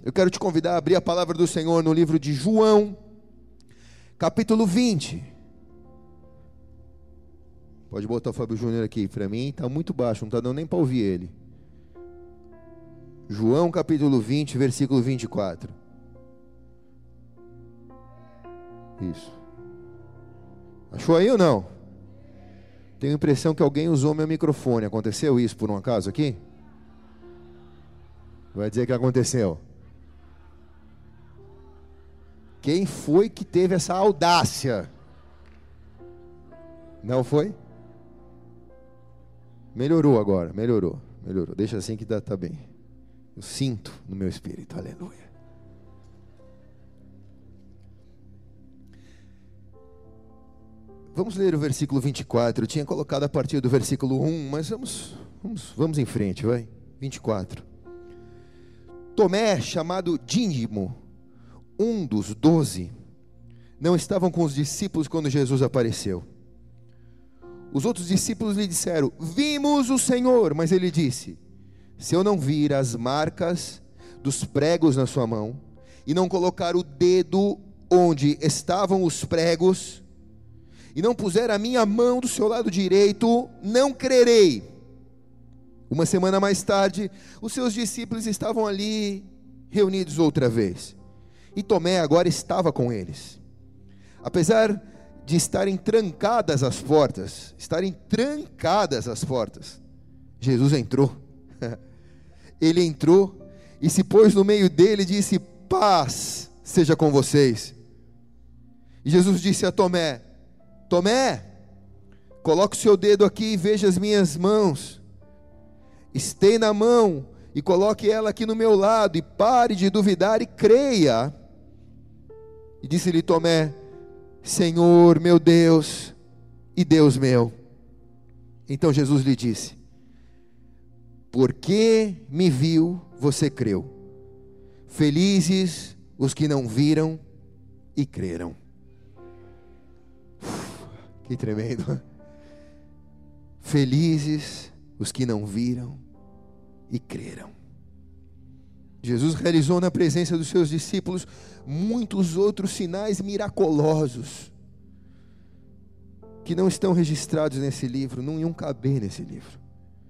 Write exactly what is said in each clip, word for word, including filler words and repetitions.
Eu quero te convidar a abrir a palavra do Senhor no livro de João, capítulo vinte. Pode botar o Fábio Júnior aqui, para mim está muito baixo, não está dando nem para ouvir ele. João capítulo vinte, versículo vinte e quatro. Isso. Achou aí ou não? Tenho a impressão que alguém usou meu microfone. Aconteceu isso por um acaso aqui? Vai dizer que aconteceu. Quem foi que teve essa audácia? Não foi? Melhorou agora, melhorou, melhorou. Deixa assim que tá, tá bem. Eu sinto no meu espírito, aleluia. Vamos ler o versículo vinte e quatro. Eu tinha colocado a partir do versículo um, mas vamos, vamos, vamos em frente, vai. vinte e quatro. Tomé, chamado Dídimo, um dos doze, não estavam com os discípulos quando Jesus apareceu. Os outros discípulos lhe disseram: vimos o Senhor. Mas ele disse: se eu não vir as marcas dos pregos na sua mão, e não colocar o dedo onde estavam os pregos, e não puser a minha mão do seu lado direito, não crerei. Uma semana mais tarde, os seus discípulos estavam ali reunidos outra vez, e Tomé agora estava com eles. Apesar de estarem trancadas as portas, estarem trancadas as portas, Jesus entrou. Ele entrou e se pôs no meio dele e disse: paz seja com vocês. E Jesus disse a Tomé: Tomé, coloque o seu dedo aqui e veja as minhas mãos. Esteie na mão e coloque ela aqui no meu lado, e pare de duvidar e creia. E disse-lhe Tomé: Senhor meu Deus e Deus meu. Então Jesus lhe disse: porque me viu, você creu. Felizes os que não viram e creram. Uf, que tremendo. Felizes os que não viram e creram. Jesus realizou na presença dos seus discípulos muitos outros sinais miraculosos que não estão registrados nesse livro, não iam caber nesse livro.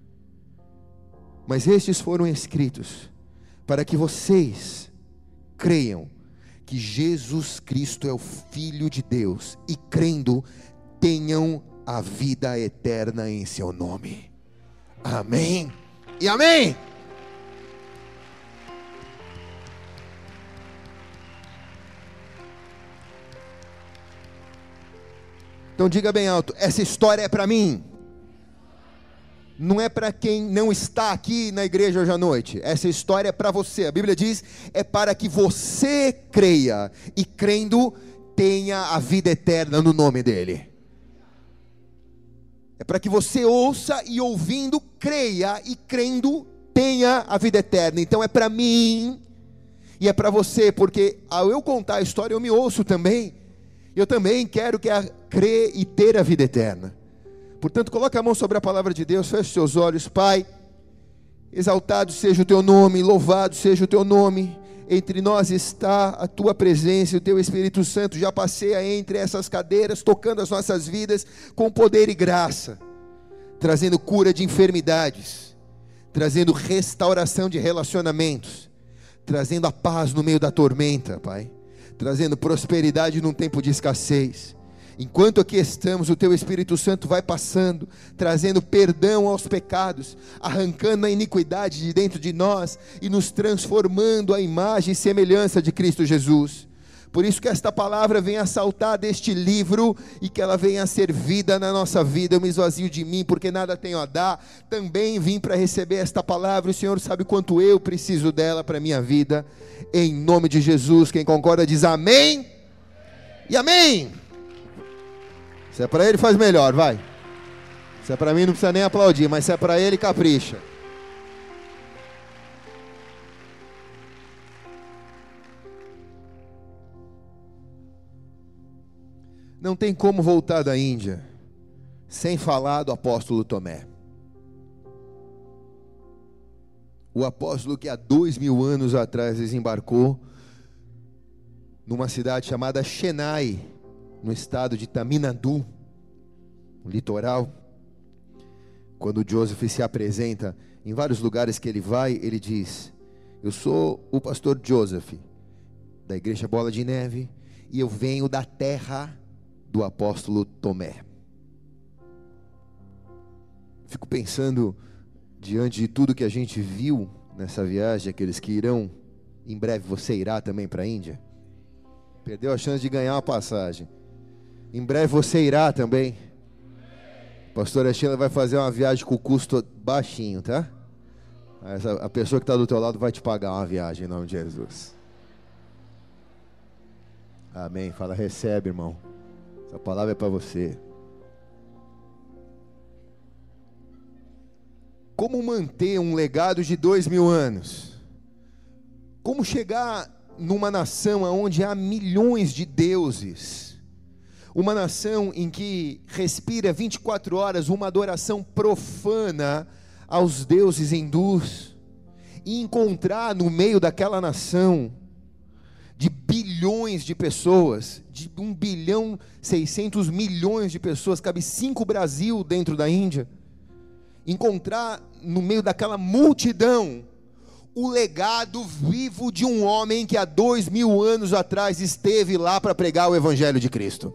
Mas estes foram escritos para que vocês creiam que Jesus Cristo é o Filho de Deus, e crendo tenham a vida eterna em seu nome. Amém e amém. Então diga bem alto: essa história é para mim. Não é para quem não está aqui na igreja hoje à noite. Essa história é para você. A Bíblia diz: é para que você creia, e crendo tenha a vida eterna no nome dele. É para que você ouça e ouvindo creia, e crendo tenha a vida eterna. Então é para mim e é para você, porque ao eu contar a história eu me ouço também. Eu também quero que a crer e ter a vida eterna. Portanto, coloque a mão sobre a palavra de Deus, feche seus olhos. Pai, exaltado seja o teu nome, louvado seja o teu nome. Entre nós está a tua presença, o teu Espírito Santo já passeia entre essas cadeiras, tocando as nossas vidas com poder e graça, trazendo cura de enfermidades, trazendo restauração de relacionamentos, trazendo a paz no meio da tormenta, Pai, trazendo prosperidade num tempo de escassez. Enquanto aqui estamos, o teu Espírito Santo vai passando, trazendo perdão aos pecados, arrancando a iniquidade de dentro de nós e nos transformando à imagem e semelhança de Cristo Jesus. Por isso que esta palavra venha saltar deste livro e que ela venha ser vida na nossa vida. Eu me esvazio de mim porque nada tenho a dar. Também vim para receber esta palavra. O Senhor sabe quanto eu preciso dela para a minha vida. Em nome de Jesus, quem concorda diz amém e amém. Se é para ele, faz melhor, vai. Se é para mim, não precisa nem aplaudir, mas se é para ele, capricha. Não tem como voltar da Índia sem falar do apóstolo Tomé. o apóstolo que há dois mil anos atrás desembarcou numa cidade chamada Chennai, no estado de Tamil Nadu, no litoral. Quando Joseph se apresenta em vários lugares que ele vai, ele diz: eu sou o pastor Joseph, da igreja Bola de Neve, e eu venho da terra do apóstolo Tomé. Fico pensando, diante de tudo que a gente viu nessa viagem, aqueles que irão, em breve você irá também para a Índia. Perdeu a chance de ganhar uma passagem. Em breve você irá também. A pastora Sheila vai fazer uma viagem com custo baixinho, tá? Essa, a pessoa que está do teu lado vai te pagar uma viagem em nome de Jesus. Amém. Fala, recebe, irmão. Essa palavra é para você. Como manter um legado de dois mil anos? Como chegar numa nação onde há milhões de deuses? Uma nação em que respira vinte e quatro horas uma adoração profana aos deuses hindus, e encontrar no meio daquela nação de bilhões de pessoas, de um bilhão seiscentos milhões de pessoas, cabe cinco Brasil dentro da Índia, encontrar no meio daquela multidão o legado vivo de um homem que há dois mil anos atrás esteve lá para pregar o Evangelho de Cristo.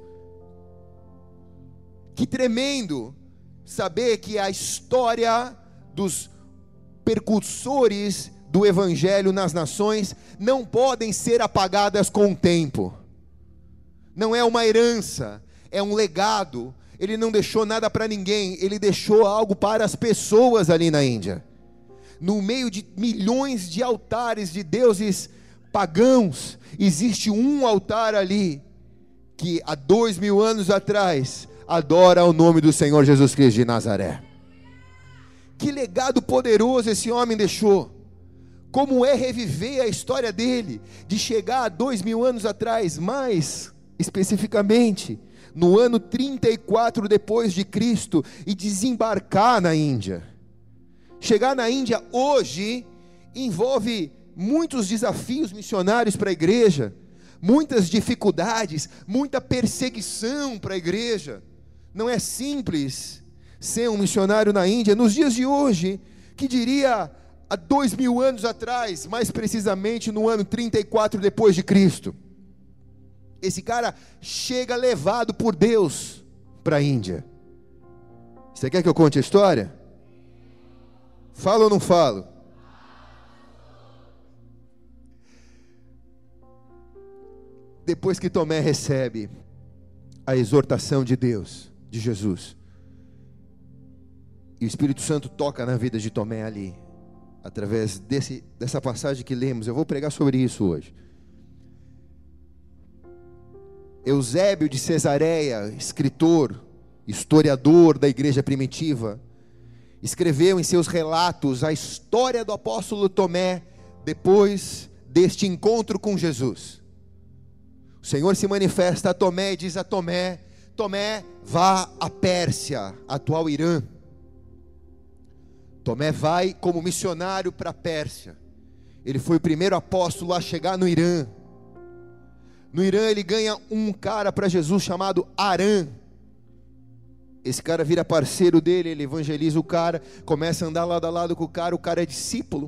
Que tremendo saber que a história dos percursores do Evangelho nas nações não podem ser apagadas com o tempo. Não é uma herança, é um legado. Ele não deixou nada para ninguém, ele deixou algo para as pessoas ali na Índia. No meio de milhões de altares de deuses pagãos, existe um altar ali, que há dois mil anos atrás, adora o nome do Senhor Jesus Cristo de Nazaré. Que legado poderoso esse homem deixou. Como é reviver a história dele, de chegar a dois mil anos atrás, mais especificamente, no ano trinta e quatro depois de Cristo, e desembarcar na Índia. Chegar na Índia hoje envolve muitos desafios missionários para a igreja, muitas dificuldades, muita perseguição para a igreja. Não é simples ser um missionário na Índia nos dias de hoje, que diria há dois mil anos atrás, mais precisamente no ano trinta e quatro depois de Cristo. Esse cara chega levado por Deus para a Índia. Você quer que eu conte a história? Falo ou não falo? Depois que Tomé recebe a exortação de Deus, de Jesus, e o Espírito Santo toca na vida de Tomé ali, através desse, dessa passagem que lemos, eu vou pregar sobre isso hoje. Eusébio de Cesareia, escritor, historiador da igreja primitiva, escreveu em seus relatos a história do apóstolo Tomé, depois deste encontro com Jesus. O Senhor se manifesta a Tomé e diz a Tomé: Tomé, vá à Pérsia, atual Irã. Tomé vai como missionário para a Pérsia. Ele foi o primeiro apóstolo a chegar no Irã. No Irã ele ganha um cara para Jesus chamado Arã. Esse cara vira parceiro dele, ele evangeliza o cara, começa a andar lado a lado com o cara, o cara é discípulo.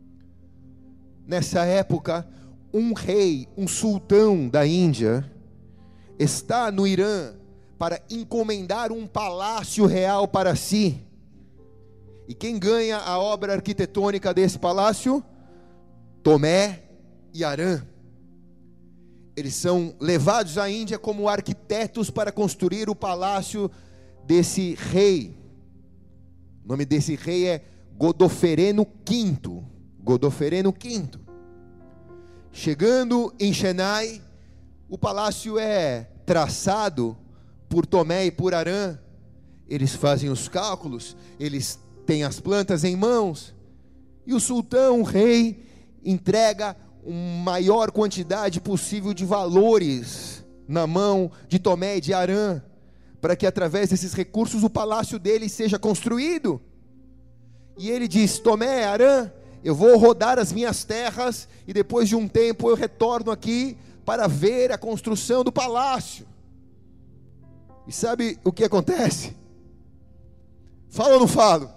Nessa época, um rei, um sultão da Índia, está no Irã para encomendar um palácio real para si. E quem ganha a obra arquitetônica desse palácio? Tomé e Arã. Eles são levados à Índia como arquitetos para construir o palácio desse rei. O nome desse rei é Godofereno quinto. Godofereno quinto. Chegando em Chennai, o palácio é traçado por Tomé e por Arã. Eles fazem os cálculos, eles têm as plantas em mãos, e o sultão, o rei, entrega a maior quantidade possível de valores na mão de Tomé e de Arã, para que através desses recursos o palácio dele seja construído. E ele diz: Tomé, Arã, eu vou rodar as minhas terras e depois de um tempo eu retorno aqui para ver a construção do palácio. E sabe o que acontece? Fala ou não falo?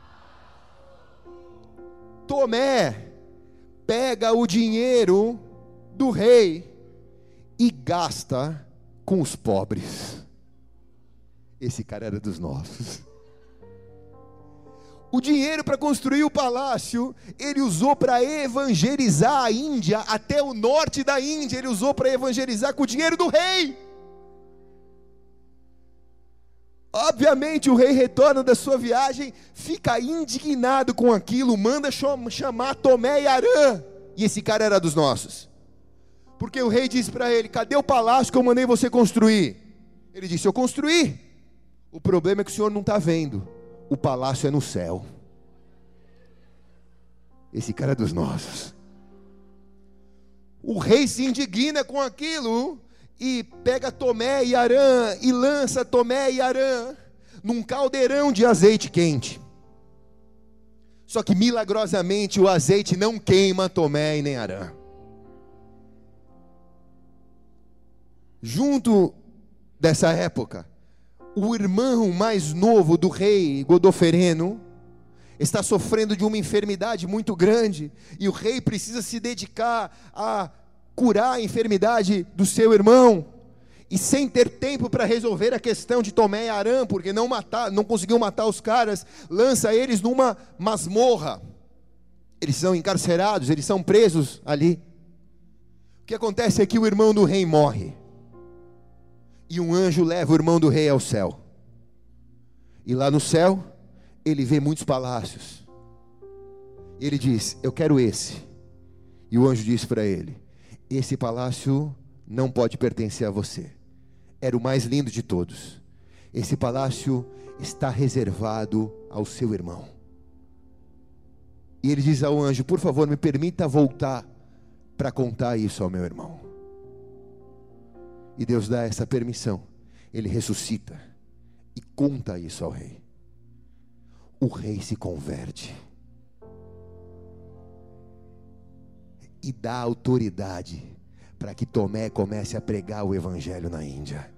Tomé pega o dinheiro do rei e gasta com os pobres. Esse cara era dos nossos. O dinheiro para construir o palácio, ele usou para evangelizar a Índia, até o norte da Índia, ele usou para evangelizar com o dinheiro do rei. Obviamente o rei retorna da sua viagem, fica indignado com aquilo, manda chamar Tomé e Arã, e esse cara era dos nossos, porque o rei disse para ele: cadê o palácio que eu mandei você construir? Ele disse: eu construí, o problema é que o senhor não está vendo, o palácio é no céu. Esse cara é dos nossos. O rei se indigna com aquilo e pega Tomé e Arã e lança Tomé e Arã num caldeirão de azeite quente. Só que milagrosamente o azeite não queima Tomé e nem Arã. Junto dessa época, o irmão mais novo do rei Godofereno está sofrendo de uma enfermidade muito grande, e o rei precisa se dedicar a curar a enfermidade do seu irmão, e sem ter tempo para resolver a questão de Tomé e Arã, porque não, matar, não conseguiu matar os caras, lança eles numa masmorra. Eles são encarcerados, eles são presos ali. O que acontece é que o irmão do rei morre, e um anjo leva o irmão do rei ao céu, e lá no céu ele vê muitos palácios. Ele diz: eu quero esse. E o anjo diz para ele: esse palácio não pode pertencer a você, era o mais lindo de todos. Esse palácio está reservado ao seu irmão. E ele diz ao anjo: por favor, me permita voltar para contar isso ao meu irmão. E Deus dá essa permissão. Ele ressuscita e conta isso ao rei. O rei se converte e dá autoridade para que Tomé comece a pregar o evangelho na Índia.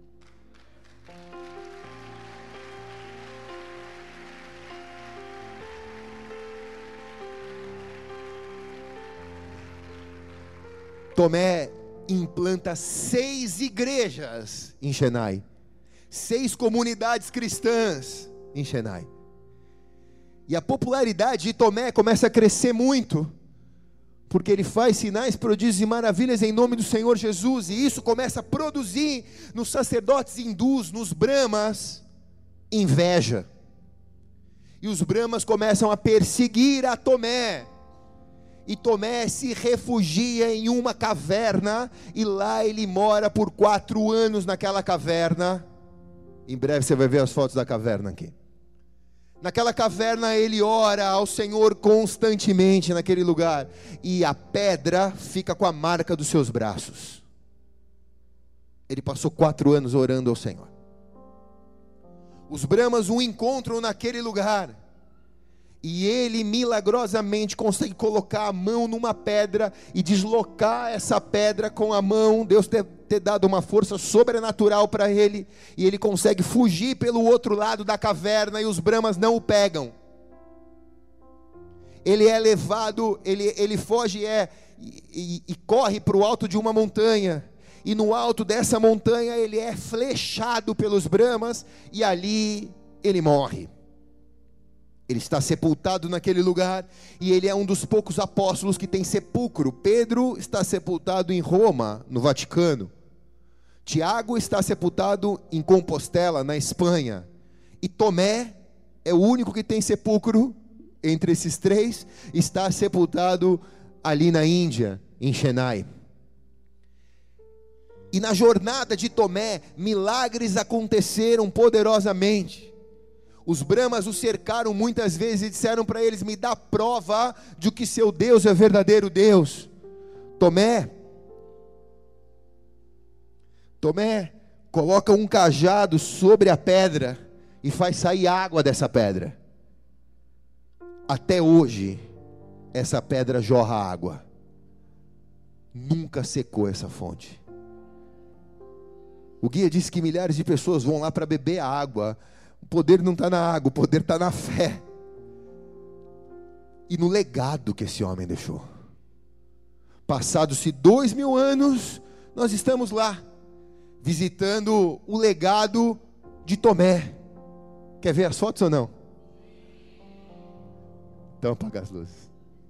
Tomé implanta seis igrejas em Chennai, seis comunidades cristãs em Chennai. E a popularidade de Tomé começa a crescer muito, porque ele faz sinais, prodígios e maravilhas em nome do Senhor Jesus, e isso começa a produzir nos sacerdotes hindus, nos brahmas, inveja. E os brahmas começam a perseguir a Tomé, e Tomé se refugia em uma caverna, e lá ele mora por quatro anos naquela caverna. Em breve você vai ver as fotos da caverna aqui. Naquela caverna ele ora ao Senhor constantemente naquele lugar, e a pedra fica com a marca dos seus braços. Ele passou quatro anos orando ao Senhor. Os brahmas o encontram naquele lugar, e ele milagrosamente consegue colocar a mão numa pedra e deslocar essa pedra com a mão. Deus ter, ter dado uma força sobrenatural para ele, e ele consegue fugir pelo outro lado da caverna, e os brahmas não o pegam. Ele é levado, ele, ele foge é, e, e, e corre para o alto de uma montanha, e no alto dessa montanha ele é flechado pelos brahmas, e ali ele morre. Ele está sepultado naquele lugar, e ele é um dos poucos apóstolos que tem sepulcro. Pedro está sepultado em Roma, no Vaticano. Tiago está sepultado em Compostela, na Espanha. E Tomé é o único que tem sepulcro entre esses três, está sepultado ali na Índia, em Chennai. E na jornada de Tomé, milagres aconteceram poderosamente. Os brahmas o cercaram muitas vezes e disseram para eles: me dá prova de que seu Deus é verdadeiro Deus. Tomé, Tomé coloca um cajado sobre a pedra e faz sair água dessa pedra. Até hoje, essa pedra jorra água. Nunca secou essa fonte. O guia disse que milhares de pessoas vão lá para beber a água. O poder não está na água, o poder está na fé. E no legado que esse homem deixou. Passados-se dois mil anos, nós estamos lá, visitando o legado de Tomé. Quer ver as fotos ou não? Então apaga as luzes.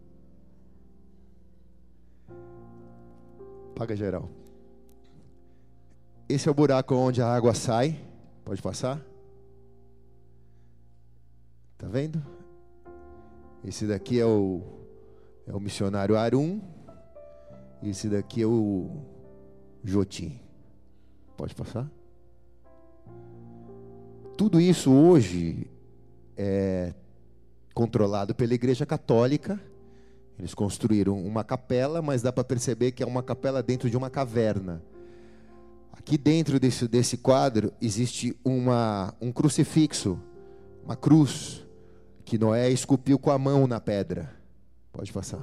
Apaga geral. Esse é o buraco onde a água sai. Pode passar. Tá vendo? Esse daqui é o, é o missionário Arum. Esse daqui é o Jotim. Pode passar? Tudo isso hoje é controlado pela Igreja Católica. Eles construíram uma capela, mas dá para perceber que é uma capela dentro de uma caverna. Aqui dentro desse, desse quadro existe uma, um crucifixo, uma cruz, que Noé esculpiu com a mão na pedra. Pode passar.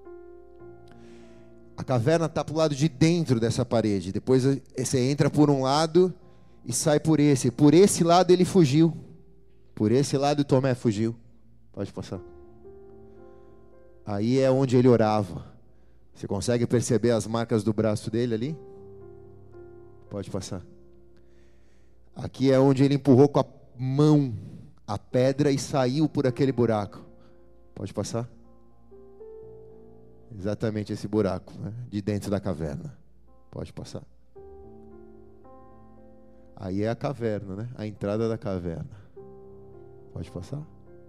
A caverna está para o lado de dentro dessa parede. Depois você entra por um lado e sai por esse. Por esse lado ele fugiu. Por esse lado Tomé fugiu. Pode passar. Aí é onde ele orava. Você consegue perceber as marcas do braço dele ali? Pode passar. Aqui é onde ele empurrou com a mão a pedra e saiu por aquele buraco. Pode passar. Exatamente esse buraco, né? De dentro da caverna. Pode passar. Aí é a caverna, né? A entrada da caverna. Pode passar.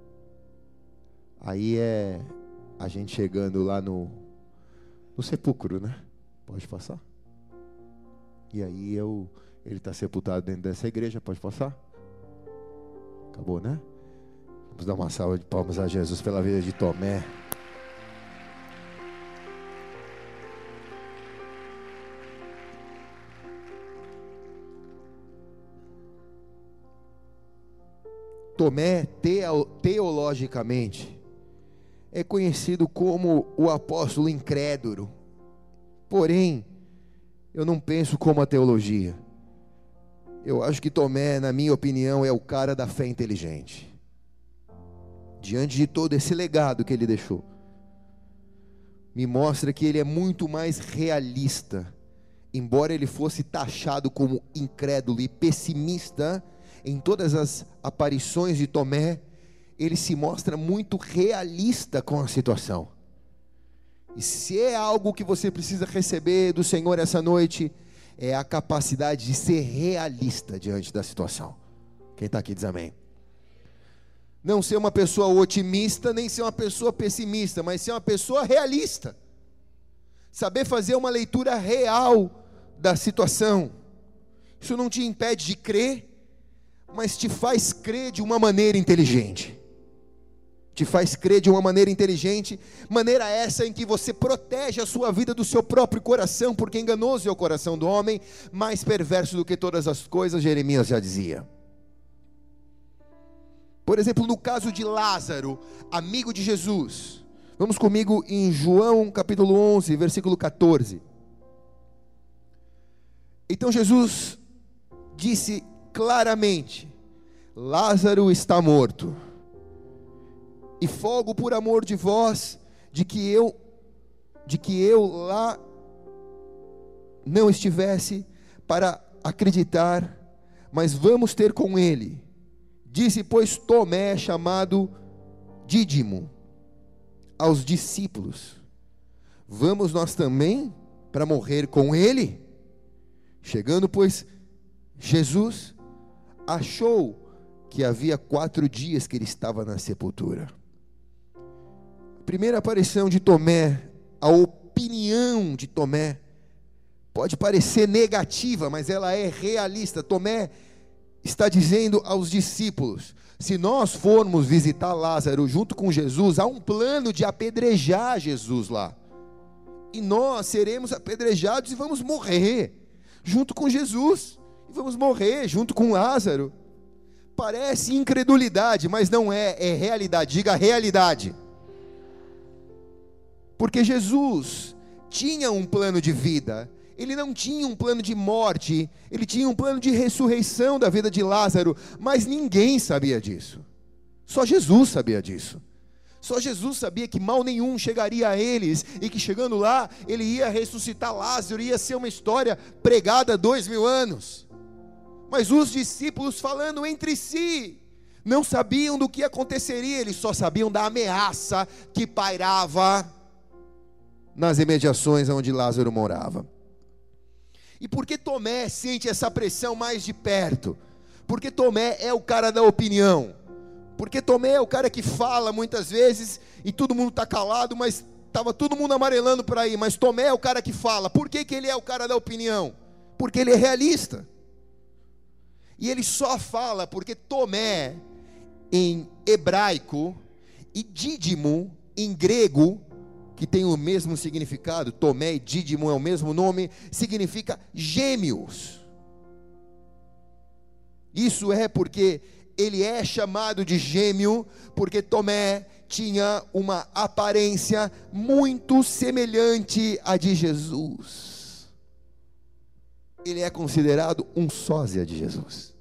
Aí é a gente chegando lá no, no sepulcro, né? Pode passar. E aí eu, ele está sepultado dentro dessa igreja. Pode passar. Acabou, né? Vamos dar uma salva de palmas a Jesus pela vida de Tomé. Tomé, teologicamente, é conhecido como o apóstolo incrédulo. Porém, eu não penso como a teologia. Eu acho que Tomé, na minha opinião, é o cara da fé inteligente. Diante de todo esse legado que ele deixou, me mostra que ele é muito mais realista. Embora ele fosse taxado como incrédulo e pessimista, em todas as aparições de Tomé, ele se mostra muito realista com a situação. E se é algo que você precisa receber do Senhor essa noite, é a capacidade de ser realista diante da situação. Quem está aqui diz amém. Não ser uma pessoa otimista, nem ser uma pessoa pessimista, mas ser uma pessoa realista. Saber fazer uma leitura real da situação. Isso não te impede de crer, mas te faz crer de uma maneira inteligente. Te faz crer de uma maneira inteligente, maneira essa em que você protege a sua vida do seu próprio coração, porque enganoso é o coração do homem, mais perverso do que todas as coisas, Jeremias já dizia. Por exemplo, no caso de Lázaro, amigo de Jesus, vamos comigo em João capítulo onze, versículo catorze. Então Jesus disse claramente: Lázaro está morto, e folgo por amor de vós, de que eu, de que eu lá não estivesse, para acreditar, mas vamos ter com ele. Disse, pois, Tomé, chamado Dídimo, aos discípulos: vamos nós também para morrer com ele? Chegando, pois, Jesus achou que havia quatro dias que ele estava na sepultura. A primeira aparição de Tomé, a opinião de Tomé, pode parecer negativa, mas ela é realista. Tomé está dizendo aos discípulos: se nós formos visitar Lázaro junto com Jesus, há um plano de apedrejar Jesus lá, e nós seremos apedrejados e vamos morrer junto com Jesus, e vamos morrer junto com Lázaro. Parece incredulidade, mas não é, é realidade. Diga realidade. Porque Jesus tinha um plano de vida. Ele não tinha um plano de morte, ele tinha um plano de ressurreição da vida de Lázaro, mas ninguém sabia disso. Só Jesus sabia disso. Só Jesus sabia que mal nenhum chegaria a eles, e que chegando lá, ele ia ressuscitar Lázaro, ia ser uma história pregada há dois mil anos. Mas os discípulos, falando entre si, não sabiam do que aconteceria, eles só sabiam da ameaça que pairava nas imediações onde Lázaro morava. E por que Tomé sente essa pressão mais de perto? Porque Tomé é o cara da opinião. Porque Tomé é o cara que fala muitas vezes e todo mundo está calado, mas estava todo mundo amarelando por aí. Mas Tomé é o cara que fala. Por que, que ele é o cara da opinião? Porque ele é realista. E ele só fala porque Tomé, em hebraico, e Dídimo, em grego, que tem o mesmo significado, Tomé e Dídimo é o mesmo nome, significa gêmeos. Isso é porque ele é chamado de gêmeo, porque Tomé tinha uma aparência muito semelhante à de Jesus. Ele é considerado um sósia de Jesus.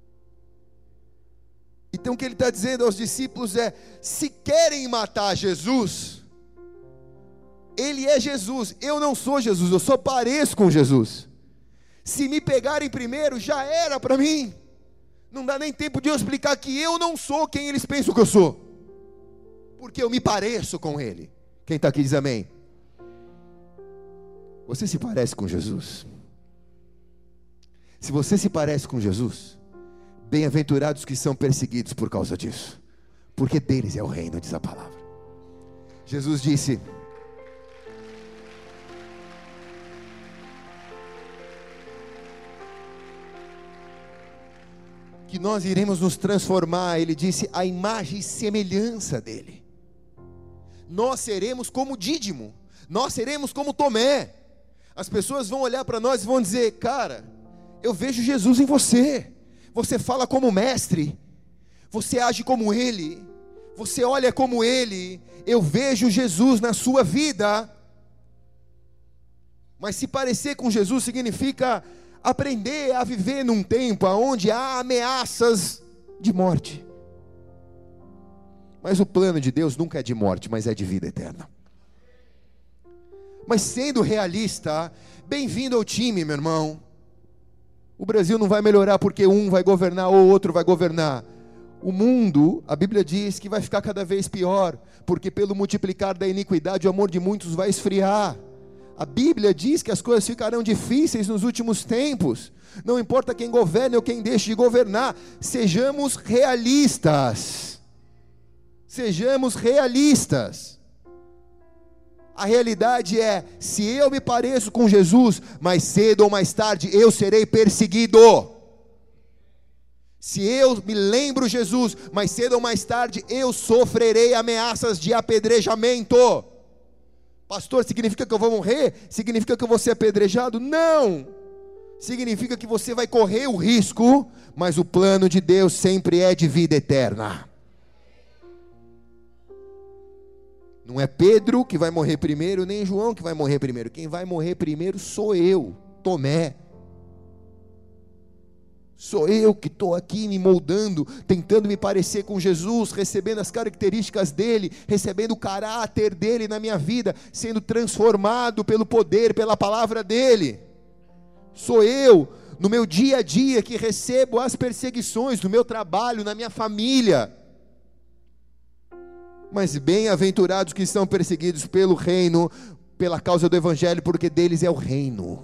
Então o que ele está dizendo aos discípulos é: se querem matar Jesus, ele é Jesus, eu não sou Jesus, eu só pareço com Jesus. Se me pegarem primeiro, já era para mim. Não dá nem tempo de eu explicar que eu não sou quem eles pensam que eu sou, porque eu me pareço com ele. Quem está aqui diz amém. Você se parece com Jesus? Se você se parece com Jesus, bem-aventurados que são perseguidos por causa disso, porque deles é o reino, diz a palavra. Jesus disse: que nós iremos nos transformar, ele disse, a imagem e semelhança dele. Nós seremos como Dídimo, nós seremos como Tomé. As pessoas vão olhar para nós e vão dizer: cara, eu vejo Jesus em você, você fala como mestre, você age como ele, você olha como ele, eu vejo Jesus na sua vida. Mas se parecer com Jesus significa aprender a viver num tempo onde há ameaças de morte. Mas o plano de Deus nunca é de morte, mas é de vida eterna. Mas sendo realista, bem-vindo ao time, meu irmão. O Brasil não vai melhorar porque um vai governar ou outro vai governar. O mundo, a Bíblia diz que vai ficar cada vez pior, porque pelo multiplicar da iniquidade o amor de muitos vai esfriar. A Bíblia diz que as coisas ficarão difíceis nos últimos tempos. Não importa quem governe ou quem deixe de governar, sejamos realistas. Sejamos realistas. A realidade é, se eu me pareço com Jesus, mais cedo ou mais tarde eu serei perseguido. Se eu me lembro Jesus, mais cedo ou mais tarde eu sofrerei ameaças de apedrejamento. Pastor, significa que eu vou morrer? Significa que eu vou ser apedrejado? Não! Significa que você vai correr o risco, mas o plano de Deus sempre é de vida eterna. Não é Pedro que vai morrer primeiro, nem João que vai morrer primeiro. Quem vai morrer primeiro sou eu, Tomé. Sou eu que estou aqui me moldando, tentando me parecer com Jesus, recebendo as características dele, recebendo o caráter dele na minha vida, sendo transformado pelo poder, pela palavra dele. Sou eu, no meu dia a dia, que recebo as perseguições do meu trabalho, na minha família. Mas bem-aventurados que são perseguidos pelo reino, pela causa do evangelho, porque deles é o reino.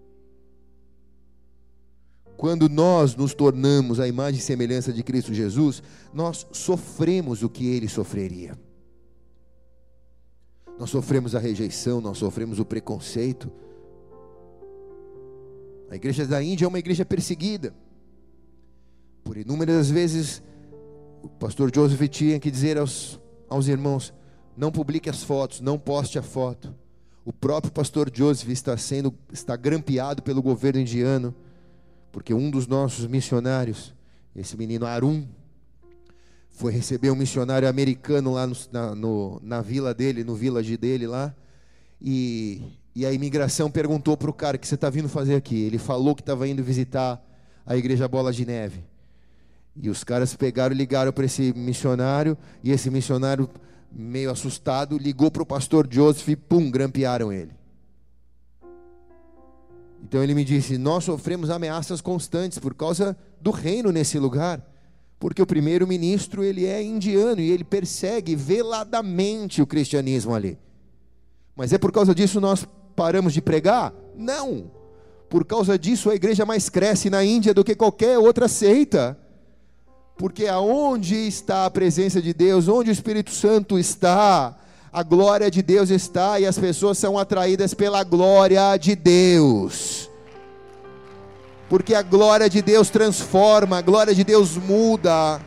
Quando nós nos tornamos a imagem e semelhança de Cristo Jesus, nós sofremos o que ele sofreria. Nós sofremos a rejeição, nós sofremos o preconceito. A igreja da Índia é uma igreja perseguida. Por inúmeras vezes, o pastor Joseph tinha que dizer aos, aos irmãos: não publique as fotos, não poste a foto. O próprio pastor Joseph está sendo, está grampeado pelo governo indiano, porque um dos nossos missionários, esse menino Arun, foi receber um missionário americano lá no, na, no, na vila dele, no village dele lá, e, e a imigração perguntou para o cara: o que você está vindo fazer aqui? Ele falou que estava indo visitar a igreja Bola de Neve. E os caras pegaram e ligaram para esse missionário, e esse missionário, meio assustado, ligou para o pastor Joseph e pum, grampearam ele. Então ele me disse: nós sofremos ameaças constantes por causa do reino nesse lugar, porque o primeiro-ministro, ele é indiano e ele persegue veladamente o cristianismo ali. Mas é por causa disso nós paramos de pregar? Não. Por causa disso a igreja mais cresce na Índia do que qualquer outra seita. Porque aonde está a presença de Deus, onde o Espírito Santo está, a glória de Deus está, e as pessoas são atraídas pela glória de Deus. Porque a glória de Deus transforma, a glória de Deus muda.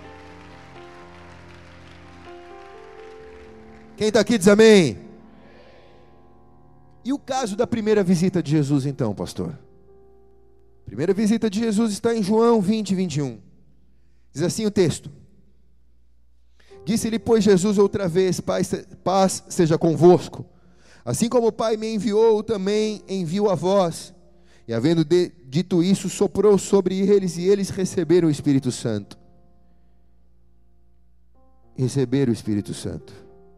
Quem está aqui diz amém. E o caso da primeira visita de Jesus então, pastor? A primeira visita de Jesus está em João vinte, vinte e um. Diz assim o texto: disse-lhe, pois, Jesus outra vez: paz seja convosco. Assim como o Pai me enviou, também envio a vós. E havendo de, dito isso, soprou sobre eles, e eles receberam o Espírito Santo. Receberam o Espírito Santo.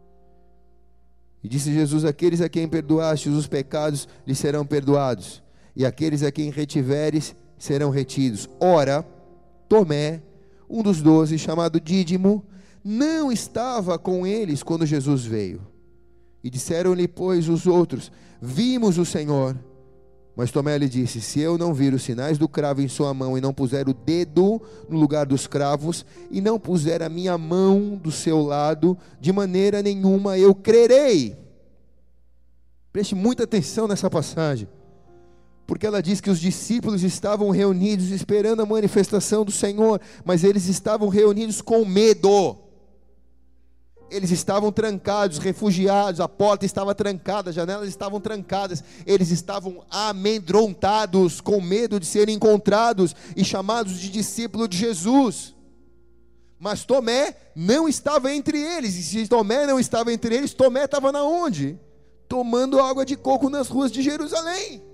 E disse Jesus: aqueles a quem perdoastes os pecados, lhes serão perdoados, e aqueles a quem retiveres, serão retidos. Ora, Tomé, um dos doze, chamado Dídimo, não estava com eles quando Jesus veio. E disseram-lhe, pois, os outros: vimos o Senhor. Mas Tomé lhe disse: se eu não vir os sinais do cravo em sua mão, e não puser o dedo no lugar dos cravos, e não puser a minha mão do seu lado, de maneira nenhuma eu crerei. Preste muita atenção nessa passagem, porque ela diz que os discípulos estavam reunidos esperando a manifestação do Senhor, mas eles estavam reunidos com medo. Eles estavam trancados, refugiados, a porta estava trancada, as janelas estavam trancadas, eles estavam amedrontados, com medo de serem encontrados e chamados de discípulo de Jesus. Mas Tomé não estava entre eles, e se Tomé não estava entre eles, Tomé estava na onde? Tomando água de coco nas ruas de Jerusalém,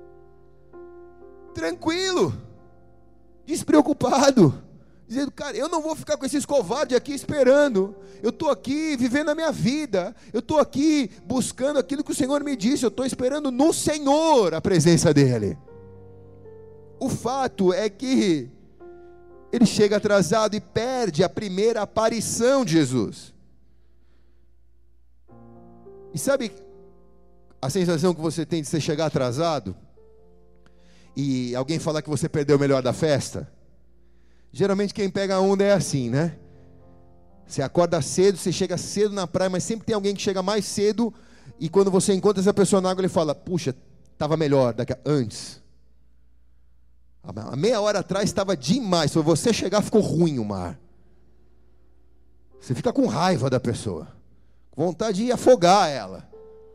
tranquilo, despreocupado, dizendo: cara, eu não vou ficar com esses covardes aqui esperando, eu estou aqui vivendo a minha vida, eu estou aqui buscando aquilo que o Senhor me disse, eu estou esperando no Senhor a presença dEle. O fato é que ele chega atrasado e perde a primeira aparição de Jesus. E sabe a sensação que você tem de você chegar atrasado e alguém falar que você perdeu o melhor da festa? Geralmente quem pega a onda é assim, né? Você acorda cedo, você chega cedo na praia, mas sempre tem alguém que chega mais cedo, e quando você encontra essa pessoa na água, ele fala: puxa, estava melhor daqui a... antes. A meia hora atrás estava demais, se você chegar ficou ruim o mar. Você fica com raiva da pessoa, com vontade de afogar ela.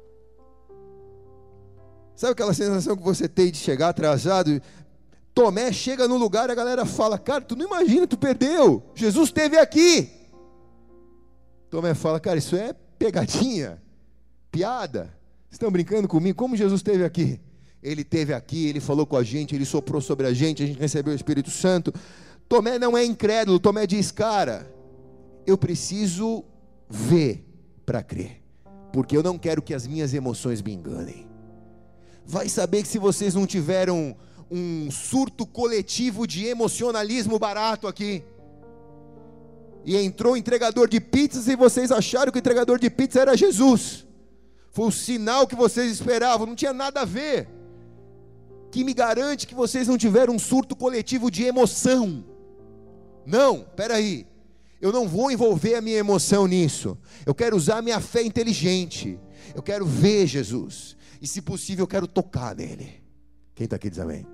Sabe aquela sensação que você tem de chegar atrasado? Tomé chega no lugar e a galera fala: cara, tu não imagina, tu perdeu, Jesus esteve aqui. Tomé fala: cara, isso é pegadinha, piada, vocês estão brincando comigo? Como Jesus esteve aqui? Ele esteve aqui, ele falou com a gente, ele soprou sobre a gente, a gente recebeu o Espírito Santo. Tomé não é incrédulo, Tomé diz: cara, eu preciso ver para crer, porque eu não quero que as minhas emoções me enganem. Vai saber que se vocês não tiveram um surto coletivo de emocionalismo barato aqui, e entrou o entregador de pizzas e vocês acharam que o entregador de pizza era Jesus, foi o sinal que vocês esperavam, não tinha nada a ver. Que me garante que vocês não tiveram um surto coletivo de emoção? Não, espera aí, eu não vou envolver a minha emoção nisso, eu quero usar a minha fé inteligente, eu quero ver Jesus, e se possível eu quero tocar nele. Quem está aqui diz amém?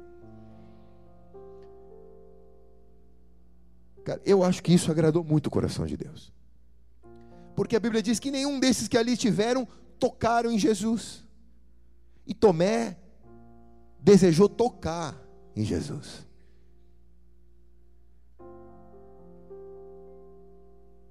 Cara, eu acho que isso agradou muito o coração de Deus, porque a Bíblia diz que nenhum desses que ali estiveram tocaram em Jesus, e Tomé desejou tocar em Jesus.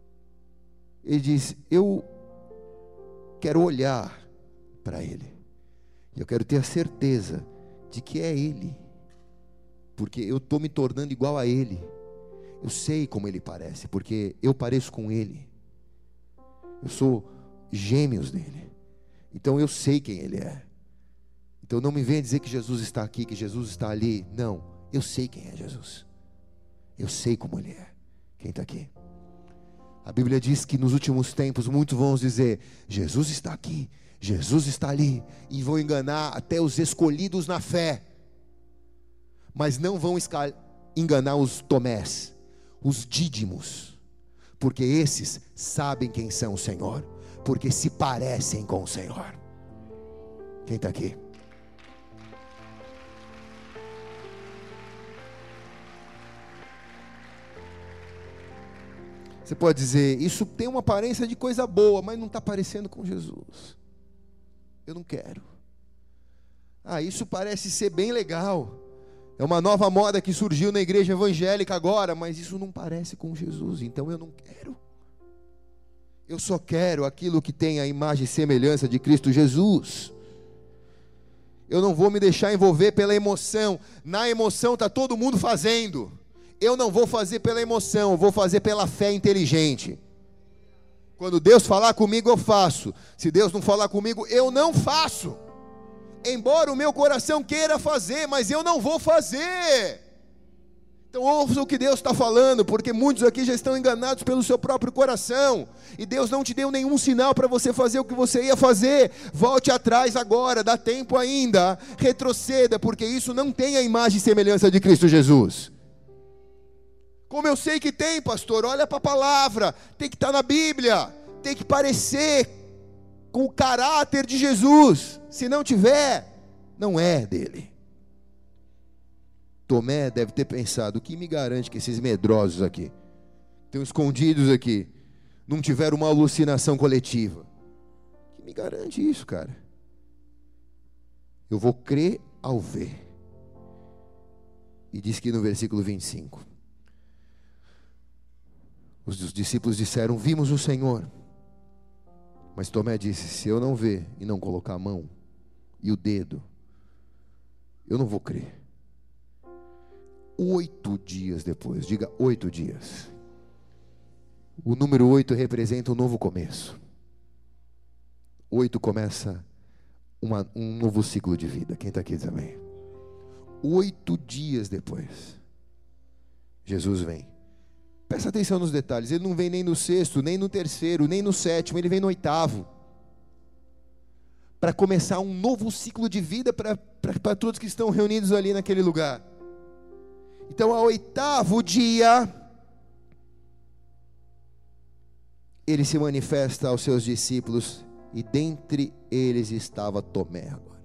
Ele diz: eu quero olhar para Ele, e eu quero ter a certeza de que é Ele, porque eu estou me tornando igual a Ele. Eu sei como Ele parece, porque eu pareço com Ele. Eu sou gêmeos dele, então eu sei quem Ele é. Então não me venha dizer que Jesus está aqui, que Jesus está ali. Não, eu sei quem é Jesus. Eu sei como Ele é. Quem está aqui? A Bíblia diz que nos últimos tempos muitos vão dizer: Jesus está aqui, Jesus está ali, e vão enganar até os escolhidos na fé, mas não vão enganar os Tomés, os Dídimos, porque esses sabem quem são o Senhor, porque se parecem com o Senhor. Quem está aqui? Você pode dizer: isso tem uma aparência de coisa boa, mas não está parecendo com Jesus. Eu não quero. Ah, isso parece ser bem legal. É uma nova moda que surgiu na igreja evangélica agora, mas isso não parece com Jesus, então eu não quero. Eu só quero aquilo que tem a imagem e semelhança de Cristo Jesus. Eu não vou me deixar envolver pela emoção. Na emoção está todo mundo fazendo. Eu não vou fazer pela emoção, eu vou fazer pela fé inteligente. Quando Deus falar comigo, eu faço. Se Deus não falar comigo, eu não faço. Embora o meu coração queira fazer, mas eu não vou fazer. Então ouça o que Deus está falando, porque muitos aqui já estão enganados pelo seu próprio coração, e Deus não te deu nenhum sinal para você fazer o que você ia fazer. Volte atrás agora, dá tempo ainda. Retroceda, porque isso não tem a imagem e semelhança de Cristo Jesus. Como eu sei que tem, pastor? Olha para a palavra, tem que estar na Bíblia, tem que parecer com o caráter de Jesus. Se não tiver, não é dele. Tomé deve ter pensado: o que me garante que esses medrosos aqui, estão escondidos aqui, não tiveram uma alucinação coletiva? O que me garante isso, cara? Eu vou crer ao ver. E diz que no versículo vinte e cinco, os discípulos disseram: vimos o Senhor. Mas Tomé disse: se eu não ver e não colocar a mão e o dedo, eu não vou crer. Oito dias depois, diga oito dias. O número oito representa um novo começo. Oito começa uma, um novo ciclo de vida. Quem está aqui também? Oito dias depois, Jesus vem. Presta atenção nos detalhes. Ele não vem nem no sexto, nem no terceiro, nem no sétimo. Ele vem no oitavo, para começar um novo ciclo de vida para todos que estão reunidos ali naquele lugar. Então, ao oitavo dia, ele se manifesta aos seus discípulos, e dentre eles estava Tomé agora.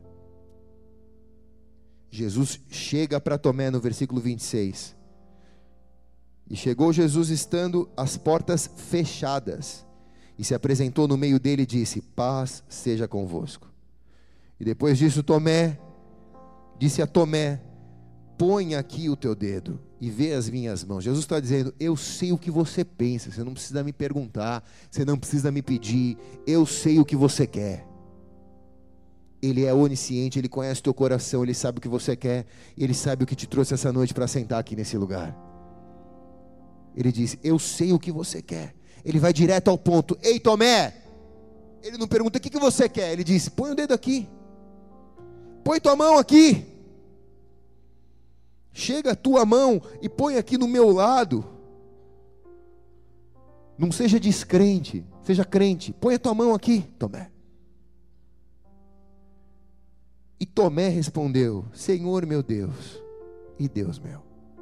Jesus chega para Tomé no versículo vinte e seis. E chegou Jesus estando as portas fechadas, e se apresentou no meio dele e disse: paz seja convosco. E depois disso Tomé disse a Tomé: põe aqui o teu dedo e vê as minhas mãos. Jesus está dizendo: eu sei o que você pensa, você não precisa me perguntar, você não precisa me pedir, eu sei o que você quer. Ele é onisciente, Ele conhece o teu coração, Ele sabe o que você quer, Ele sabe o que te trouxe essa noite para sentar aqui nesse lugar. Ele diz: eu sei o que você quer. Ele vai direto ao ponto. Ei, Tomé! Ele não pergunta: o que, que você quer? Ele diz: põe o dedo aqui, põe tua mão aqui, chega a tua mão e põe aqui no meu lado. Não seja descrente, seja crente. Põe a tua mão aqui, Tomé. E Tomé respondeu: Senhor meu Deus e Deus meu.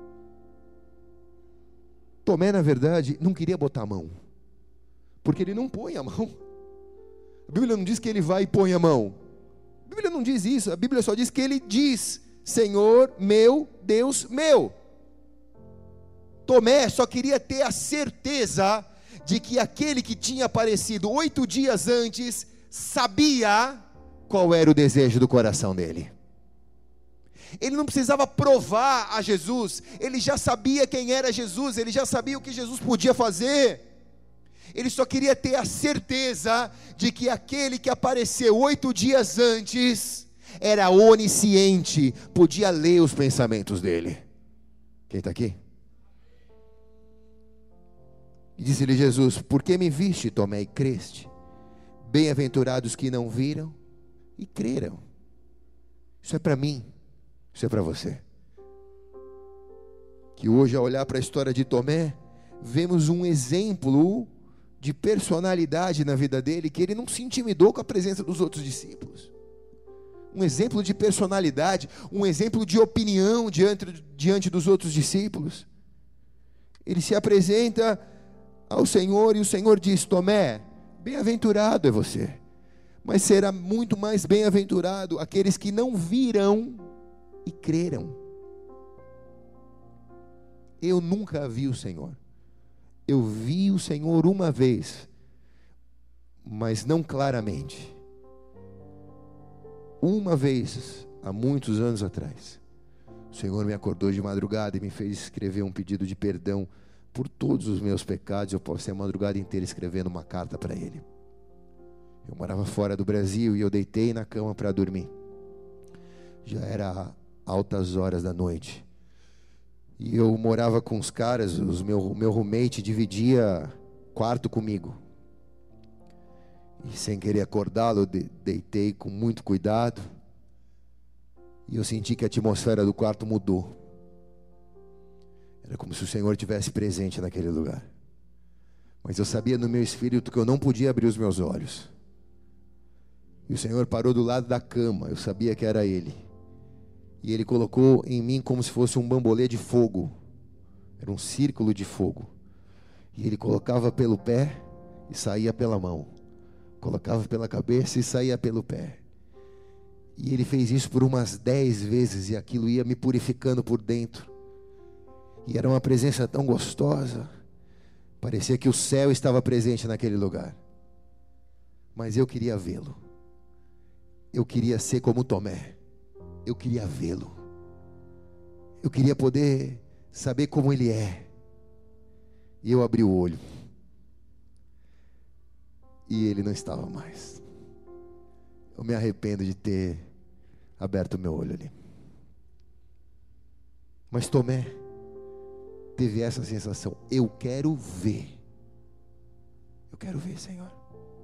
Tomé, na verdade, não queria botar a mão, porque ele não põe a mão. A Bíblia não diz que ele vai e põe a mão. A Bíblia não diz isso. A Bíblia só diz que ele diz: Senhor meu, Deus meu. Tomé só queria ter a certeza de que aquele que tinha aparecido oito dias antes sabia qual era o desejo do coração dele. Ele não precisava provar a Jesus, ele já sabia quem era Jesus, ele já sabia o que Jesus podia fazer. Ele só queria ter a certeza de que aquele que apareceu oito dias antes era onisciente, podia ler os pensamentos dele. Quem está aqui? E disse-lhe Jesus: por que me viste, Tomé, e creste? Bem-aventurados que não viram e creram. Isso é para mim, isso é para você. Que hoje, ao olhar para a história de Tomé, vemos um exemplo de personalidade na vida dele, que ele não se intimidou com a presença dos outros discípulos. Um exemplo de personalidade, um exemplo de opinião diante, diante dos outros discípulos. Ele se apresenta ao Senhor e o Senhor diz: Tomé, bem-aventurado é você, mas será muito mais bem-aventurado aqueles que não viram e creram. Eu nunca vi o Senhor. Eu vi o Senhor uma vez, mas não claramente. Uma vez, há muitos anos atrás, o Senhor me acordou de madrugada e me fez escrever um pedido de perdão por todos os meus pecados. Eu passei a madrugada inteira escrevendo uma carta para Ele. Eu morava fora do Brasil e eu deitei na cama para dormir. Já era altas horas da noite. E eu morava com os caras, os meu, meu roommate dividia quarto comigo. E sem querer acordá-lo, de, deitei com muito cuidado. E eu senti que a atmosfera do quarto mudou. Era como se o Senhor estivesse presente naquele lugar. Mas eu sabia no meu espírito que eu não podia abrir os meus olhos. E o Senhor parou do lado da cama, eu sabia que era Ele. E Ele colocou em mim como se fosse um bambolê de fogo. Era um círculo de fogo. E Ele colocava pelo pé e saía pela mão. Colocava pela cabeça e saía pelo pé. E Ele fez isso por umas dez vezes. E aquilo ia me purificando por dentro. E era uma presença tão gostosa. Parecia que o céu estava presente naquele lugar. Mas eu queria vê-lo. Eu queria ser como Tomé. Eu queria vê-lo. Eu queria poder saber como Ele é. E eu abri o olho. E Ele não estava mais. Eu me arrependo de ter aberto o meu olho ali. Mas Tomé teve essa sensação: eu quero ver. Eu quero ver, Senhor.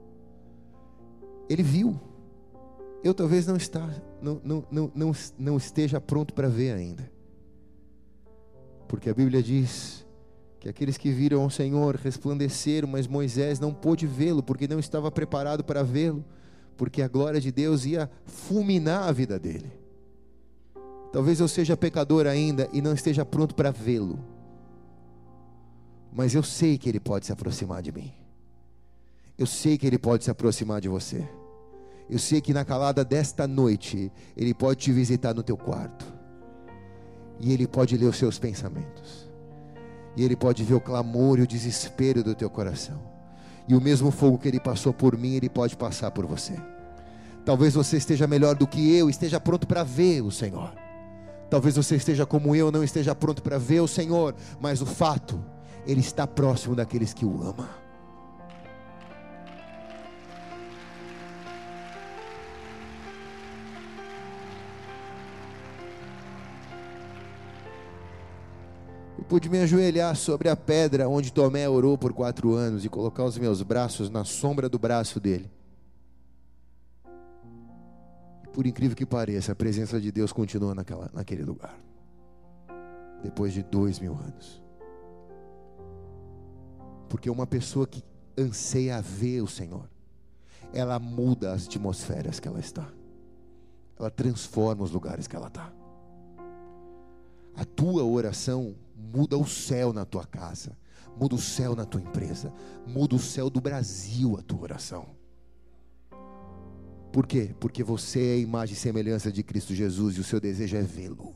Ele viu. Eu talvez não, está, não, não, não, não, não esteja pronto para ver ainda. Porque a Bíblia diz que aqueles que viram o Senhor resplandeceram, mas Moisés não pôde vê-lo, porque não estava preparado para vê-lo, porque a glória de Deus ia fulminar a vida dele. Talvez eu seja pecador ainda e não esteja pronto para vê-lo, mas eu sei que Ele pode se aproximar de mim. Eu sei que Ele pode se aproximar de você. Eu sei que na calada desta noite Ele pode te visitar no teu quarto. E Ele pode ler os seus pensamentos. E Ele pode ver o clamor e o desespero do teu coração. E o mesmo fogo que Ele passou por mim, Ele pode passar por você. Talvez você esteja melhor do que eu, esteja pronto para ver o Senhor. Talvez você esteja como eu, não esteja pronto para ver o Senhor. Mas o fato, Ele está próximo daqueles que o amam. Pude me ajoelhar sobre a pedra onde Tomé orou por quatro anos e colocar os meus braços na sombra do braço dele. E por incrível que pareça, a presença de Deus continua naquela, naquele lugar. Depois de dois mil anos. Porque uma pessoa que anseia ver o Senhor, ela muda as atmosferas que ela está. Ela transforma os lugares que ela está. A tua oração muda o céu na tua casa, muda o céu na tua empresa, muda o céu do Brasil a tua oração. Por quê? Porque você é a imagem e semelhança de Cristo Jesus e o seu desejo é vê-lo.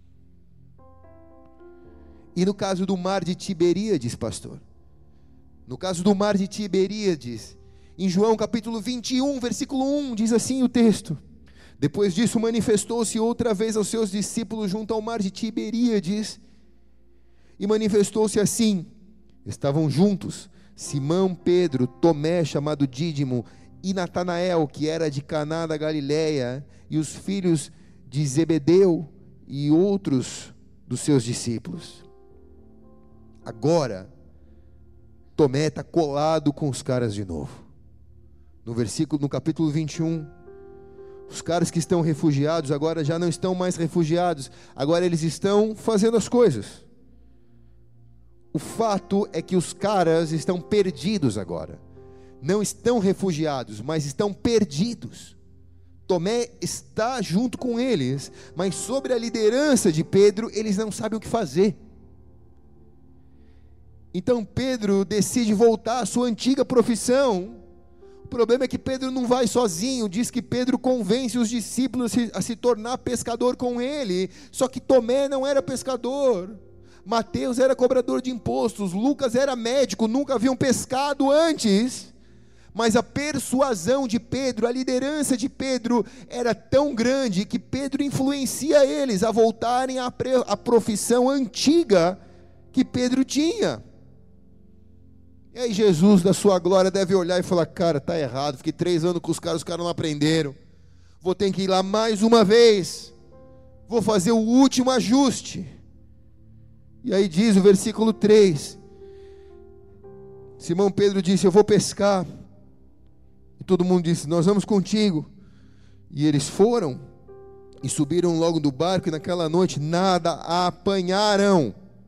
E no caso do mar de Tiberíades, pastor, no caso do mar de Tiberíades, em João capítulo vinte e um, versículo um, diz assim o texto: depois disso manifestou-se outra vez aos seus discípulos junto ao mar de Tiberíades, e manifestou-se assim: estavam juntos Simão Pedro, Tomé, chamado Dídimo, e Natanael, que era de Caná da Galileia, e os filhos de Zebedeu e outros dos seus discípulos. Agora, Tomé está colado com os caras de novo. No versículo, no capítulo vinte e um, os caras que estão refugiados agora já não estão mais refugiados, agora eles estão fazendo as coisas. O fato é que os caras estão perdidos agora. Não estão refugiados, mas estão perdidos. Tomé está junto com eles, mas sobre a liderança de Pedro, eles não sabem o que fazer. Então Pedro decide voltar à sua antiga profissão. O problema é que Pedro não vai sozinho. Diz que Pedro convence os discípulos a se tornar pescador com ele. Só que Tomé não era pescador. Mateus era cobrador de impostos. Lucas era médico, nunca haviam pescado antes. Mas a persuasão de Pedro, a liderança de Pedro era tão grande que Pedro influencia eles a voltarem à, à profissão antiga que Pedro tinha. E aí Jesus, da sua glória, deve olhar e falar: cara, está errado, fiquei três anos com os caras, os caras não aprenderam, vou ter que ir lá mais uma vez, vou fazer o último ajuste. E aí diz o versículo três, Simão Pedro disse: eu vou pescar. E todo mundo disse: nós vamos contigo. E eles foram e subiram logo do barco, e naquela noite nada apanharam.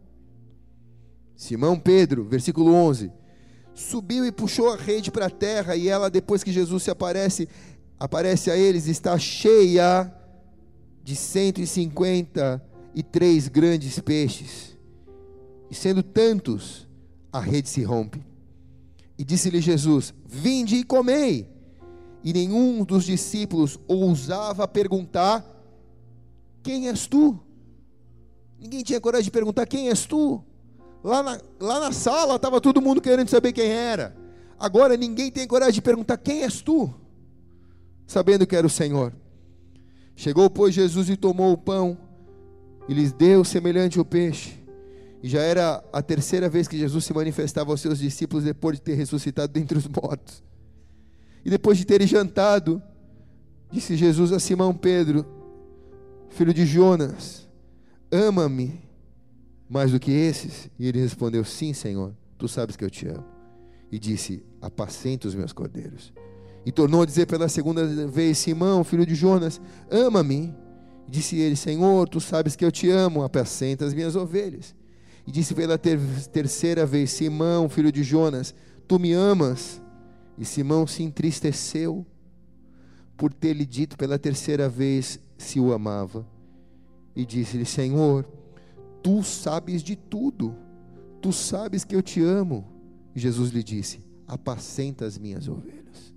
Simão Pedro, versículo onze, subiu e puxou a rede para a terra, e ela, depois que Jesus se aparece, aparece a eles, está cheia de cento e cinquenta e três grandes peixes. E sendo tantos, a rede se rompe. E disse-lhe Jesus: vinde e comei. E nenhum dos discípulos ousava perguntar: quem és tu? Ninguém tinha coragem de perguntar: quem és tu? Lá na, lá na sala estava todo mundo querendo saber quem era. Agora ninguém tem coragem de perguntar: quem és tu? Sabendo que era o Senhor. Chegou, pois, Jesus e tomou o pão e lhes deu semelhante ao peixe. E já era a terceira vez que Jesus se manifestava aos seus discípulos depois de ter ressuscitado dentre os mortos. E depois de terem jantado, disse Jesus a Simão Pedro, filho de Jonas: ama-me mais do que esses? E ele respondeu: sim, Senhor, tu sabes que eu te amo. E disse: apacenta os meus cordeiros. E tornou a dizer pela segunda vez: Simão, filho de Jonas, ama-me? E disse ele: Senhor, tu sabes que eu te amo, apacenta as minhas ovelhas. E disse pela ter terceira vez: Simão, filho de Jonas, tu me amas? E Simão se entristeceu por ter lhe dito pela terceira vez se o amava. E disse-lhe: Senhor, tu sabes de tudo, tu sabes que eu te amo. E Jesus lhe disse: apacenta as minhas ovelhas.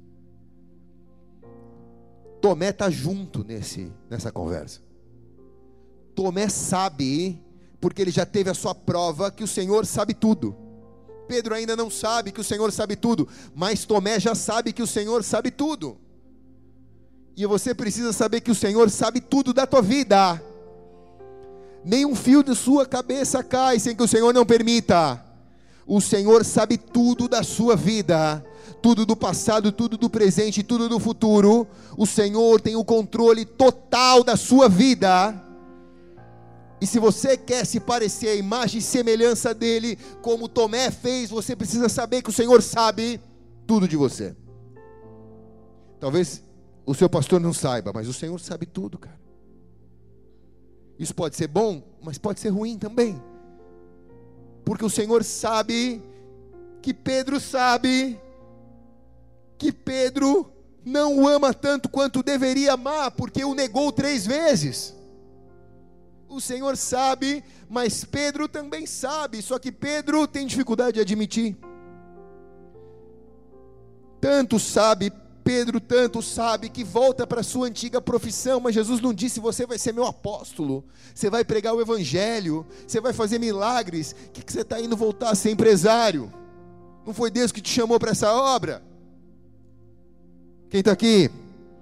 Tomé está junto nesse, nessa conversa. Tomé sabe, porque ele já teve a sua prova, que o Senhor sabe tudo. Pedro ainda não sabe que o Senhor sabe tudo, mas Tomé já sabe que o Senhor sabe tudo. E você precisa saber que o Senhor sabe tudo da tua vida. Nenhum fio de sua cabeça cai sem que o Senhor não permita. O Senhor sabe tudo da sua vida, tudo do passado, tudo do presente, tudo do futuro. O Senhor tem o controle total da sua vida. E se você quer se parecer à imagem e semelhança dele, como Tomé fez, você precisa saber que o Senhor sabe tudo de você. Talvez o seu pastor não saiba, mas o Senhor sabe tudo, cara. Isso pode ser bom, mas pode ser ruim também. Porque o Senhor sabe que Pedro sabe que Pedro não o ama tanto quanto deveria amar, porque o negou três vezes. O Senhor sabe, mas Pedro também sabe, só que Pedro tem dificuldade de admitir. Tanto sabe, Pedro tanto sabe, que volta para a sua antiga profissão. Mas Jesus não disse: você vai ser meu apóstolo, você vai pregar o evangelho, você vai fazer milagres. O que, que você está indo voltar a ser empresário? Não foi Deus que te chamou para essa obra? Quem está aqui?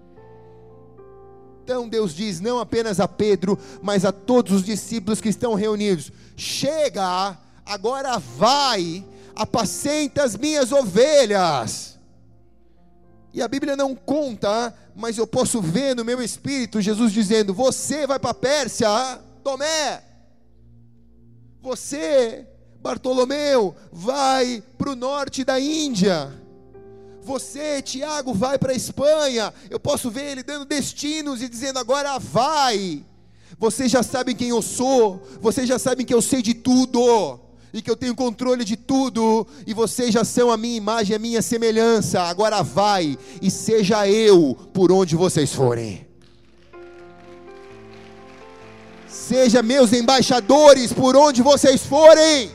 Então Deus diz não apenas a Pedro, mas a todos os discípulos que estão reunidos: chega, agora vai, apacenta as minhas ovelhas. E a Bíblia não conta, mas eu posso ver no meu espírito Jesus dizendo: você vai para a Pérsia, Tomé. Você, Bartolomeu, vai para o norte da Índia. Você, Tiago, vai para a Espanha. Eu posso ver ele dando destinos e dizendo: agora vai. Vocês já sabem quem eu sou. Vocês já sabem que eu sei de tudo e que eu tenho controle de tudo, e vocês já são a minha imagem, a minha semelhança. Agora vai e seja eu por onde vocês forem. Seja meus embaixadores por onde vocês forem.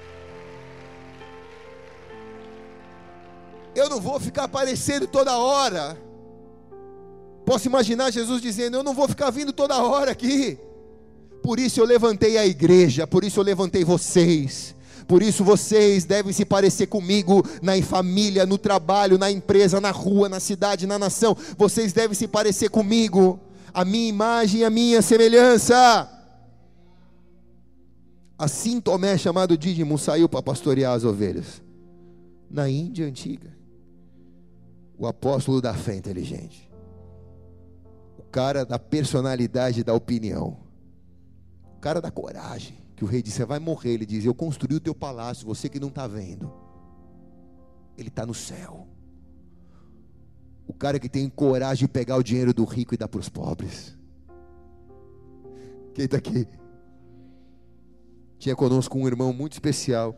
Eu não vou ficar aparecendo toda hora. Posso imaginar Jesus dizendo: eu não vou ficar vindo toda hora aqui. Por isso eu levantei a igreja, por isso eu levantei vocês. Por isso vocês devem se parecer comigo na família, no trabalho, na empresa, na rua, na cidade, na nação. Vocês devem se parecer comigo, a minha imagem e a minha semelhança. Assim Tomé, chamado Dídimo, saiu para pastorear as ovelhas. Na Índia antiga, o apóstolo da fé inteligente, o cara da personalidade e da opinião, o cara da coragem, que o rei disse: você vai morrer. Ele diz: eu construí o teu palácio, você que não está vendo, ele está no céu. O cara que tem coragem de pegar o dinheiro do rico e dar para os pobres. Quem está aqui? Tinha conosco um irmão muito especial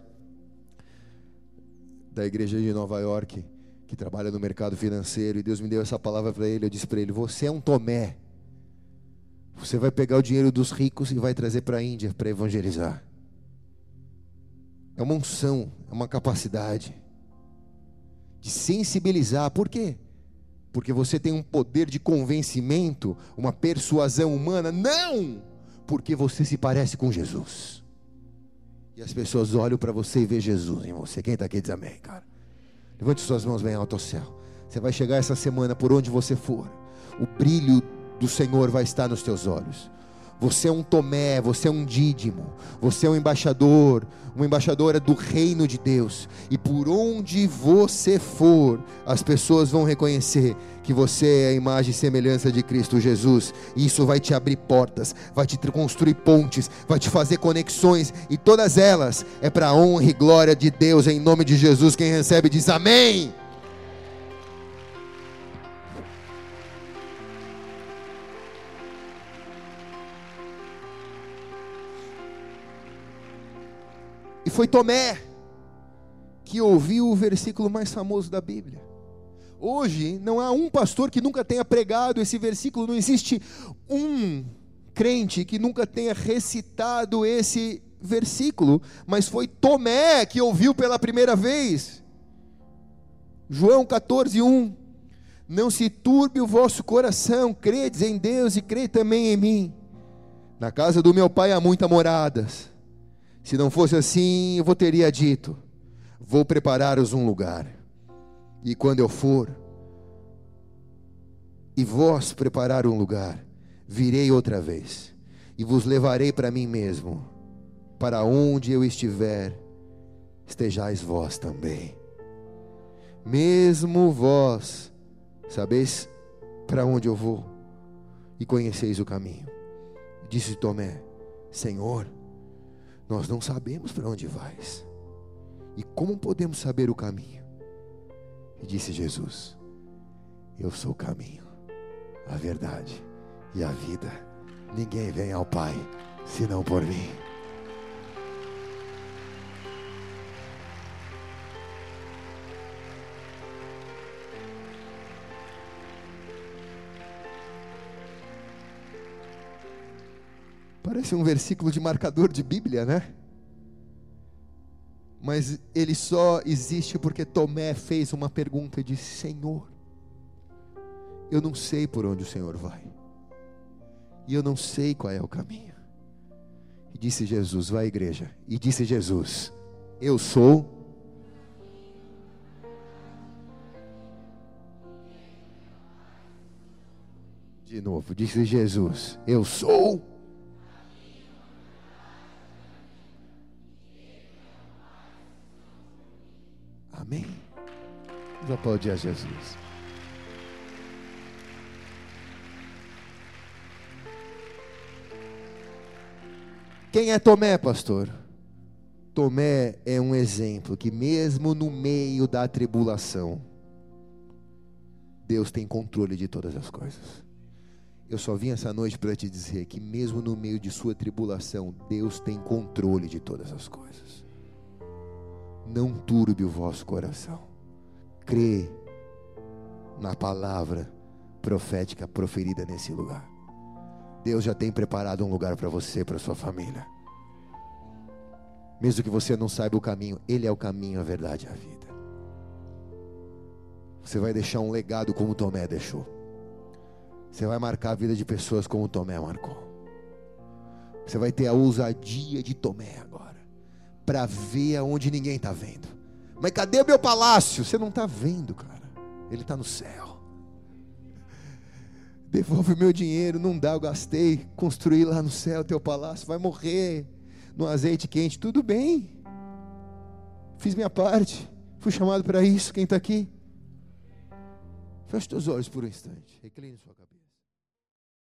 da igreja de Nova York, que trabalha no mercado financeiro, e Deus me deu essa palavra para ele. Eu disse para ele: você é um Tomé. Você vai pegar o dinheiro dos ricos e vai trazer para a Índia para evangelizar. É uma unção, é uma capacidade de sensibilizar. Por quê? Porque você tem um poder de convencimento, uma persuasão humana. Não! Porque você se parece com Jesus. E as pessoas olham para você e vê Jesus em você. Quem está aqui diz amém, cara? Levante suas mãos bem alto ao céu. Você vai chegar essa semana por onde você for, o brilho do Senhor vai estar nos teus olhos. Você é um Tomé, você é um Dídimo, você é um embaixador, uma embaixadora do reino de Deus. E por onde você for, as pessoas vão reconhecer que você é a imagem e semelhança de Cristo Jesus. E isso vai te abrir portas, vai te construir pontes, vai te fazer conexões, e todas elas é para a honra e glória de Deus, em nome de Jesus. Quem recebe diz amém. E foi Tomé que ouviu o versículo mais famoso da Bíblia. Hoje não há um pastor que nunca tenha pregado esse versículo, não existe um crente que nunca tenha recitado esse versículo, mas foi Tomé que ouviu pela primeira vez. João catorze, um: não se turbe o vosso coração, credes em Deus e crede também em mim. Na casa do meu pai há muitas moradas. Se não fosse assim, eu vos teria dito: vou preparar-vos um lugar. E quando eu for, e vós preparar um lugar, virei outra vez, e vos levarei para mim mesmo, para onde eu estiver, estejais vós também. Mesmo vós sabeis para onde eu vou, e conheceis o caminho. Disse Tomé: Senhor, nós não sabemos para onde vais, e como podemos saber o caminho? E disse Jesus: eu sou o caminho, a verdade e a vida. Ninguém vem ao Pai senão por mim. Parece um versículo de marcador de Bíblia, né? Mas ele só existe porque Tomé fez uma pergunta e disse: Senhor, eu não sei por onde o Senhor vai, e eu não sei qual é o caminho. E disse Jesus: vai à igreja. E disse Jesus: eu sou. De novo, disse Jesus: eu sou. Amém? Vamos aplaudir a Jesus. Quem é Tomé, pastor? Tomé é um exemplo que mesmo no meio da tribulação, Deus tem controle de todas as coisas. Eu só vim essa noite para te dizer que mesmo no meio de sua tribulação, Deus tem controle de todas as coisas. Não turbe o vosso coração. Crê na palavra profética proferida nesse lugar. Deus já tem preparado um lugar para você, para sua família. Mesmo que você não saiba o caminho, Ele é o caminho, a verdade e a vida. Você vai deixar um legado como Tomé deixou. Você vai marcar a vida de pessoas como Tomé marcou. Você vai ter a ousadia de Tomé agora, para ver aonde ninguém está vendo. Mas cadê o meu palácio? Você não está vendo, cara. Ele está no céu. Devolve o meu dinheiro. Não dá, eu gastei. Construí lá no céu teu palácio. Vai morrer no azeite quente. Tudo bem. Fiz minha parte. Fui chamado para isso. Quem está aqui? Feche teus olhos por um instante. Recline sua cabeça.